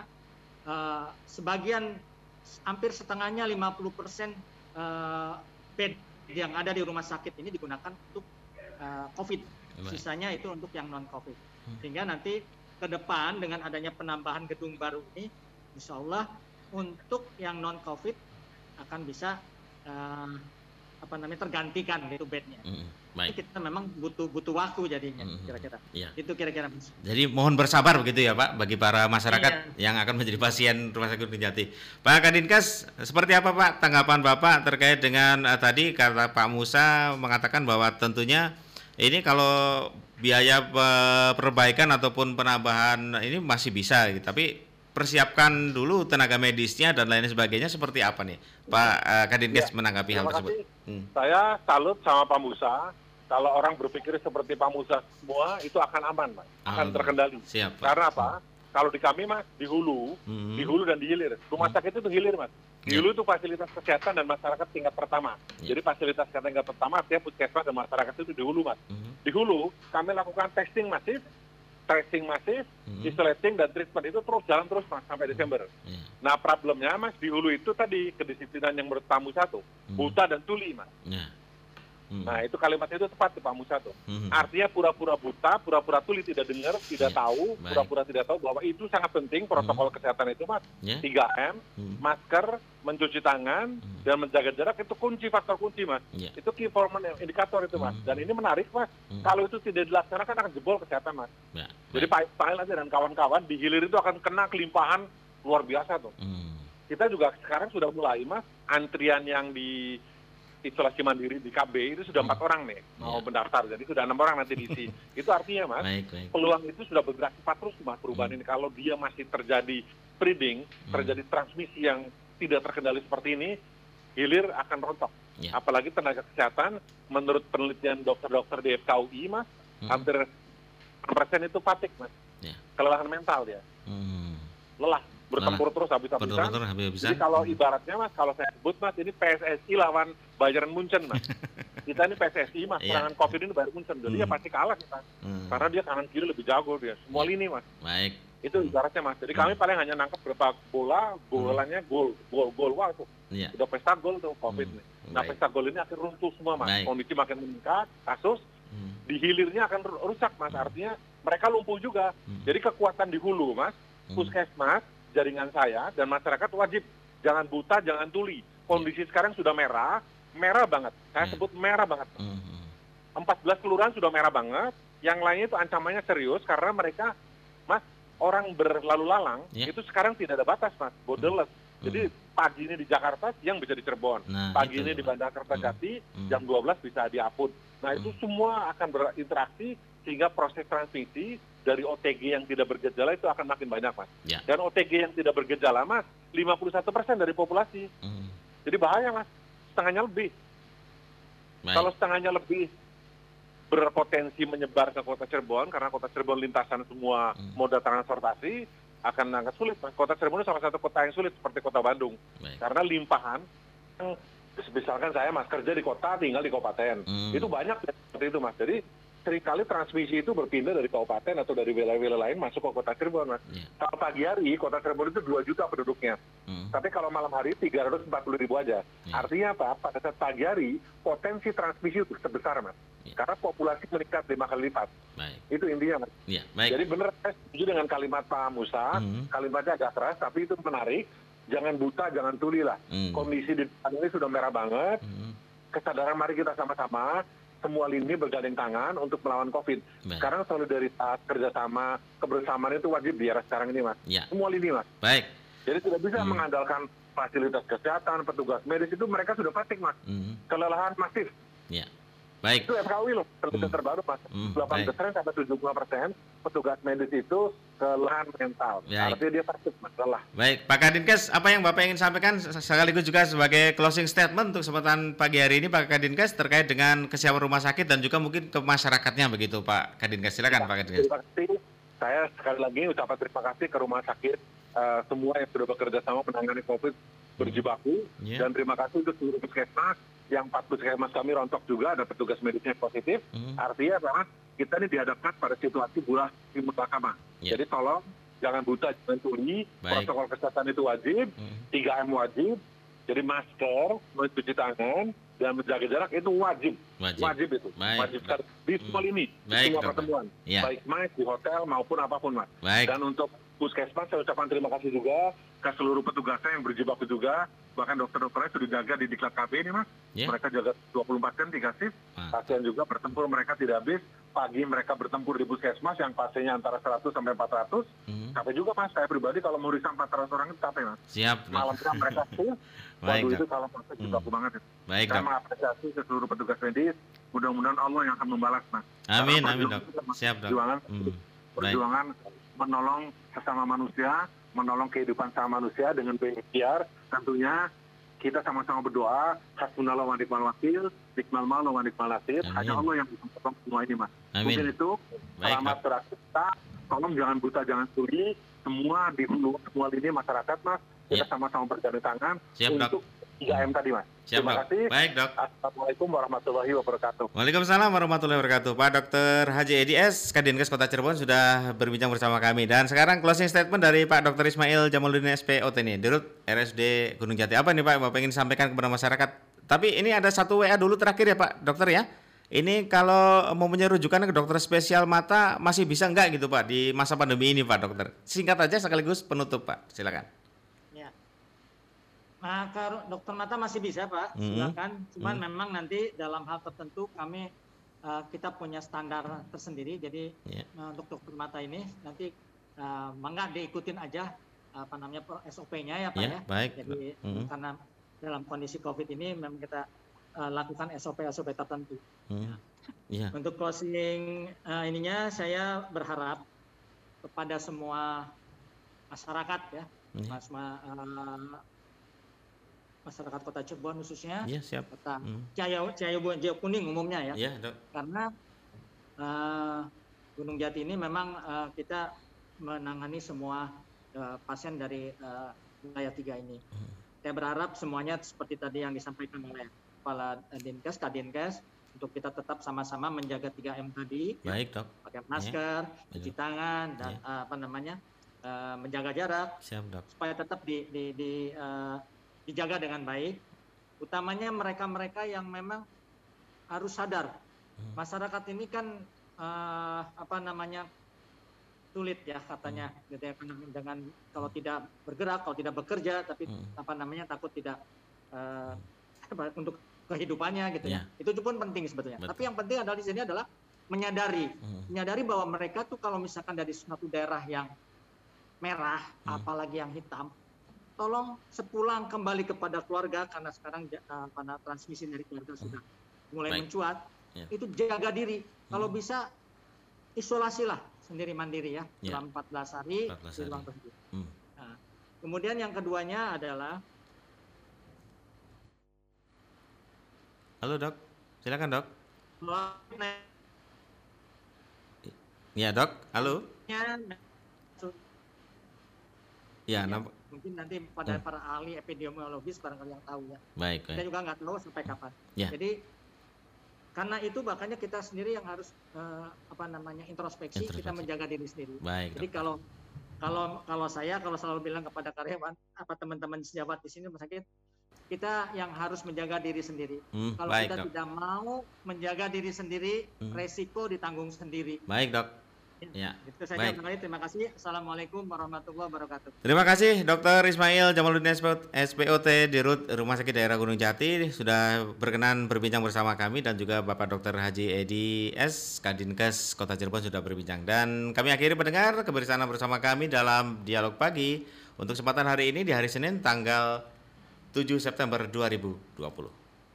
uh, sebagian hampir setengahnya lima puluh persen uh, bed yang ada di rumah sakit ini digunakan untuk uh, COVID. Baik. Sisanya itu untuk yang non COVID. Hmm. Sehingga nanti ke depan dengan adanya penambahan gedung baru ini, insya Allah untuk yang non COVID akan bisa uh, apa namanya tergantikan itu bednya. Hmm. Ini Baik. kita memang butuh butuh waktu jadinya Hmm. kira-kira. Iya. Itu kira-kira Mas. Jadi mohon bersabar begitu ya Pak bagi para masyarakat yang akan menjadi pasien Rumah Sakit Gunung Jati. Pak Kadinkes, seperti apa Pak tanggapan Bapak terkait dengan uh, tadi kata Pak Musa mengatakan bahwa tentunya ini kalau biaya pe- perbaikan ataupun penambahan ini masih bisa, gitu. Tapi persiapkan dulu tenaga medisnya dan lain sebagainya seperti apa nih Pak uh, Kadinkes Ya, menanggapi hal terima tersebut? kasih. Hmm. Saya salut sama Pak Musa. Kalau orang berpikir seperti Pak Musa semua, itu akan aman, Mas. Akan Alhamdulillah. terkendali. Siap Pak. Karena apa? Kalau di kami, Mas, di hulu, Hmm. di hulu dan di hilir. Rumah Hmm. sakit itu hilir, Mas. Di Ya. hulu itu fasilitas kesehatan dan masyarakat tingkat pertama. Ya. Jadi fasilitas kesehatan tingkat pertama artinya puskesmas dan masyarakat itu di hulu, Mas. Hmm. Di hulu, kami lakukan testing masif, tracing masif, Hmm. isolating dan treatment itu terus jalan terus, Mas, sampai Desember. Ya. Nah, problemnya, Mas, di hulu itu tadi kedisiplinan yang menurut Pak Musa tuh, Hmm. buta dan tuli, Mas. Ya. Hmm. Nah, itu kalimatnya itu tepat tuh Pak Musa tuh. Hmm. Artinya pura-pura buta, pura-pura tuli tidak dengar, tidak Ya, tahu, baik. pura-pura tidak tahu bahwa itu sangat penting protokol kesehatan itu, Mas. Ya. tiga M, Hmm. masker, mencuci tangan, Hmm. dan menjaga jarak itu kunci, faktor kunci, Mas. Ya. Itu key performance indikator itu, Mas. Hmm. Dan ini menarik, Mas. Hmm. Kalau itu tidak dilaksanakan akan jebol kesehatan, Mas. Ya. Jadi Pak Ismail nanti dan kawan-kawan di hilir itu akan kena kelimpahan luar biasa tuh. Hmm. Kita juga sekarang sudah mulai, Mas, antrian yang di isolasi mandiri di K B itu sudah Hmm. empat orang nih mau Ya. mendaftar, jadi sudah enam orang nanti diisi. Itu artinya, Mas, Baik, baik. peluang itu sudah bergerak cepat terus, Mas, perubahan Hmm. ini. Kalau dia masih terjadi spreading, Hmm. terjadi transmisi yang tidak terkendali seperti ini, hilir akan rontok. Ya. Apalagi tenaga kesehatan, menurut penelitian dokter-dokter di F K U I, Mas, Hmm. hampir enam persen itu fatigue, Mas. Ya. Kelelahan mental dia, Hmm. lelah, bertempur terus habis-habisan. Betul-betul habis-habisan. Jadi kalau ibaratnya, Mas, kalau saya sebut, Mas, ini P S S I lawan Bayern Munchen, Mas. Kita ini P S S I, Mas, Iya. serangan COVID ini Bayern Munchen. Jadi Hmm. ya pasti kalah kita. Hmm. Karena dia kanan kiri lebih jago dia. Semua Iya. lini, Mas. Baik. Itu ibaratnya, Mas. Jadi kami Hmm. paling hanya nangkep berapa bola, bolannya gol, gol, gol. Wah, tuh. Ya. Udah pesta gol tuh COVID Hmm. nih. Nah, Baik. pesta gol ini akan runtuh semua, Mas. Baik. Kondisi makin meningkat, kasus Hmm. di hilirnya akan ru- rusak, Mas. Artinya mereka lumpuh juga. Hmm. Jadi kekuatan di hulu, Mas, Hmm. puskesmas, jaringan saya, dan masyarakat wajib. Jangan buta, jangan tuli. Kondisi sekarang sudah merah, merah banget. Saya Ya. sebut merah banget. Hmm. empat belas kelurahan sudah merah banget, Yang lainnya itu ancamannya serius karena mereka, Mas, orang berlalu lalang Ya. itu sekarang tidak ada batas, Mas, borderless. Hmm. Jadi pagi ini di Jakarta, siang bisa di Cirebon. Nah, Pagi itu ini ya, di Pak. Bandar Kertajati, Hmm. jam dua belas bisa di Apun. Nah, itu Hmm. semua akan berinteraksi sehingga proses transmisi dari O T G yang tidak bergejala itu akan makin banyak, Mas. Ya. Dan O T G yang tidak bergejala, Mas, lima puluh satu persen dari populasi. Hmm. Jadi bahaya, Mas. Setengahnya lebih. Baik. Kalau setengahnya lebih berpotensi menyebar ke kota Cirebon, karena kota Cirebon lintasan semua Hmm. moda transportasi, akan sangat sulit. Mas. Kota Cirebon itu salah satu kota yang sulit seperti kota Bandung. Baik. Karena limpahan, yang misalkan saya Mas kerja di kota, tinggal di kabupaten. Hmm. Itu banyak seperti itu, Mas. Jadi seringkali transmisi itu berpindah dari kabupaten atau dari wilayah-wilayah lain masuk ke kota Cirebon, Mas. Ya. Kalau pagi hari, kota Cirebon itu dua juta penduduknya. Hmm. Tapi kalau malam hari tiga ratus empat puluh ribu aja. Ya. Artinya apa? Pada saat pagi hari, potensi transmisi itu sebesar, Mas. Ya. Karena populasi meningkat lima kali lipat. Baik. Itu intinya, Mas. Ya, baik. Jadi benar, saya setuju dengan kalimat Pak Musa. Hmm. Kalimatnya agak keras, tapi itu menarik. Jangan buta, jangan tuli lah. Hmm. Kondisi di depan ini sudah merah banget. Hmm. Kesadaran mari kita sama-sama, semua lini bergandeng tangan untuk melawan COVID. Baik. Sekarang solidaritas, kerjasama, kebersamaan itu wajib di era sekarang ini, Mas. Ya. Semua lini, Mas. Baik. Jadi tidak bisa Hmm. mengandalkan fasilitas kesehatan, petugas medis itu mereka sudah fatigue, Mas. Hmm. Kelelahan masif. Ya. Baik. Itu F K U I loh, penelitian Hmm. terbaru, Mas. Hmm, delapan baik. persen sampai tujuh puluh persen petugas medis itu kelelahan mental. Baik. Artinya dia sakit, Mas, lelah. Baik, Pak Kadinkes, apa yang Bapak ingin sampaikan sekaligus juga sebagai closing statement untuk kesempatan pagi hari ini, Pak Kadinkes, terkait dengan kesiapan rumah sakit dan juga mungkin ke masyarakatnya begitu, Pak Kadinkes. Silakan, Pak Kadinkes. Terima kasih. Saya sekali lagi ucapan terima kasih ke rumah sakit eh, semua yang sudah bekerja sama menangani COVID berjibaku. Ya. Dan terima kasih untuk seluruh puskesmas, yang empat puskesmas kami rontok juga, ada petugas medisnya positif. Hmm. Artinya adalah kita ini dihadapkan pada situasi bulah mutlakama. Ya. Jadi tolong jangan buta, jangan tuli. Baik. Protokol kesehatan itu wajib, Hmm. tiga M wajib. Jadi masker, mencuci tangan, dan menjaga jarak itu wajib. Wajib. Wajib itu. Baik. Wajib sekali. Di semua Hmm. lini, Baik, di semua dokter. pertemuan. Ya. Baik mas, di hotel maupun apapun, Mas. Baik. Dan untuk puskesmas, saya ucapkan terima kasih juga ke seluruh petugasnya yang berjibaku juga. Bahkan dokter-dokternya sudah jaga di Diklat K B ini, Mas. Ya. Mereka jaga dua puluh empat jam, tiga shift. Ah. Pasien juga bertempur, mereka tidak habis. Pagi mereka bertempur di puskesmas yang pasiennya antara seratus sampai empat ratus. Hmm. Capek juga, Mas. Saya pribadi kalau mau risau empat ratus orang itu capek, Mas. Siap, Dok. Malamnya mereka full. Baik, Waduh, Dok. itu kalau proses juga Hmm. banget. Itu. Baik, Saya Dok. mengapresiasi ke seluruh petugas medis. Mudah-mudahan Allah yang akan membalas, Mas. Amin, Karena amin, Dok. perjuangan- Siap, Dok. Perjuangan, Hmm. Baik. perjuangan menolong sesama manusia, menolong kehidupan sama manusia dengan berikhtiar. Tentunya kita sama-sama berdoa, hasbunallah wa ni'mal wakil, nikmal maula wa nikmal nasir. Amin. Hanya Allah yang bisa menolong semua ini, Mas. Amin. Mungkin itu Baik, selamat Dok. terakhir kita. Tolong jangan buta, jangan tuli. Semua di hulu, semua lini masyarakat, Mas. Kita Ya. sama-sama bergandeng tangan Siap, Dok. untuk tiga M tadi, Mas. Siap, Terima Dok. kasih. Baik, Dok. Assalamualaikum warahmatullahi wabarakatuh. Waalaikumsalam warahmatullahi wabarakatuh. Pak Dokter Haji Edi S, Kadinkes Kota Cirebon sudah berbincang bersama kami. Dan sekarang closing statement dari Pak Dokter Ismail Jamaluddin S P O T nih, Dirut R S D Gunung Jati. Apa nih Pak, Bapak ingin sampaikan kepada masyarakat? Tapi ini ada satu W A dulu terakhir ya Pak Dokter ya. Ini kalau mau punya rujukan ke dokter spesial mata masih bisa enggak gitu Pak di masa pandemi ini Pak Dokter? Singkat aja sekaligus penutup Pak, silakan. Ya. Maka dokter mata masih bisa Pak, Mhm. silakan. Cuman Mhm. memang nanti dalam hal tertentu kami uh, kita punya standar tersendiri. Jadi Ya. uh, untuk dokter mata ini nanti uh, mangga diikutin aja apa namanya S O P-nya ya Pak Ya, ya. baik. Jadi Mhm. karena dalam kondisi COVID ini memang kita uh, lakukan S O P S O P tertentu. Hmm. Iya. Untuk closing uh, ininya saya berharap kepada semua masyarakat ya, Iya. mas, ma- uh, masyarakat Kota Cirebon khususnya, Iya, siap. Kota Hmm. Jaya Jaya Jaya Kuning umumnya ya, Iya, Dok. karena uh, Gunung Jati ini memang uh, kita menangani semua uh, pasien dari uh, wilayah tiga ini. Hmm. Saya berharap semuanya seperti tadi yang disampaikan oleh Kepala Dinkes, Kadinkes, untuk kita tetap sama-sama menjaga tiga M tadi, Baik, Dok. pakai masker, cuci tangan, dan Iya. uh, apa namanya uh, menjaga jarak Siap, Dok. supaya tetap di, di, di, uh, dijaga dengan baik. Utamanya mereka-mereka yang memang harus sadar. Hmm. Masyarakat ini kan uh, apa namanya sulit ya katanya, Hmm. gitu ya, dengan kalau tidak bergerak, kalau tidak bekerja, tapi Hmm. apa namanya takut tidak uh, apa, untuk kehidupannya gitu ya. Ya. Itu pun penting sebetulnya. Betul. Tapi yang penting adalah di sini adalah menyadari, hmm. menyadari bahwa mereka tuh kalau misalkan dari suatu daerah yang merah, hmm. apalagi yang hitam, tolong sepulang kembali kepada keluarga karena sekarang uh, karena transmisi dari keluarga hmm. sudah mulai Baik. mencuat, yeah. itu jaga diri. Hmm. Kalau bisa isolasilah sendiri mandiri ya, yeah. selama empat belas hari di ruang tersebut. Hmm. Nah, kemudian yang keduanya adalah, halo dok, silakan dok. Ya dok, halo. Ya, ya mungkin nanti pada hmm. para ahli epidemiologis barangkali yang tahu ya. Baik. Kita baik. juga nggak tahu sampai kapan. Ya. Jadi karena itu makanya kita sendiri yang harus uh, apa namanya introspeksi, introspeksi, kita menjaga diri sendiri. Baik. Jadi dok. kalau kalau kalau saya kalau selalu bilang kepada karyawan apa teman-teman sejawat di sini rumah sakit, kita yang harus menjaga diri sendiri. Hmm, kalau baik, kita dok. tidak mau menjaga diri sendiri, hmm. resiko ditanggung sendiri. Baik dok. Ya, itu saja. Terima kasih. Assalamualaikum warahmatullahi wabarakatuh. Terima kasih Dokter Ismail Jamaluddin S P O T Dirut Rumah Sakit Daerah Gunung Jati sudah berkenan berbincang bersama kami, dan juga Bapak Dokter Haji Edi S Kadinkes Kota Cirebon sudah berbincang. Dan kami akhiri pendengar kebersamaan bersama kami dalam Dialog Pagi untuk kesempatan hari ini di hari Senin tanggal tujuh September dua ribu dua puluh.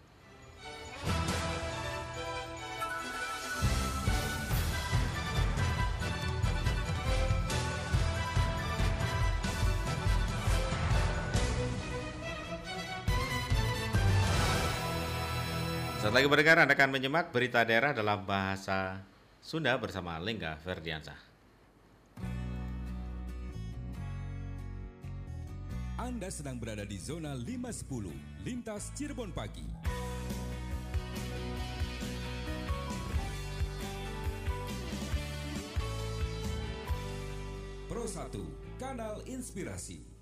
Saat lagi berdengar, Anda akan menyimak berita daerah dalam bahasa Sunda bersama Lengga Ferdiansah. Anda sedang berada di zona lima sepuluh, lintas Cirebon pagi. Pro satu, kanal inspirasi.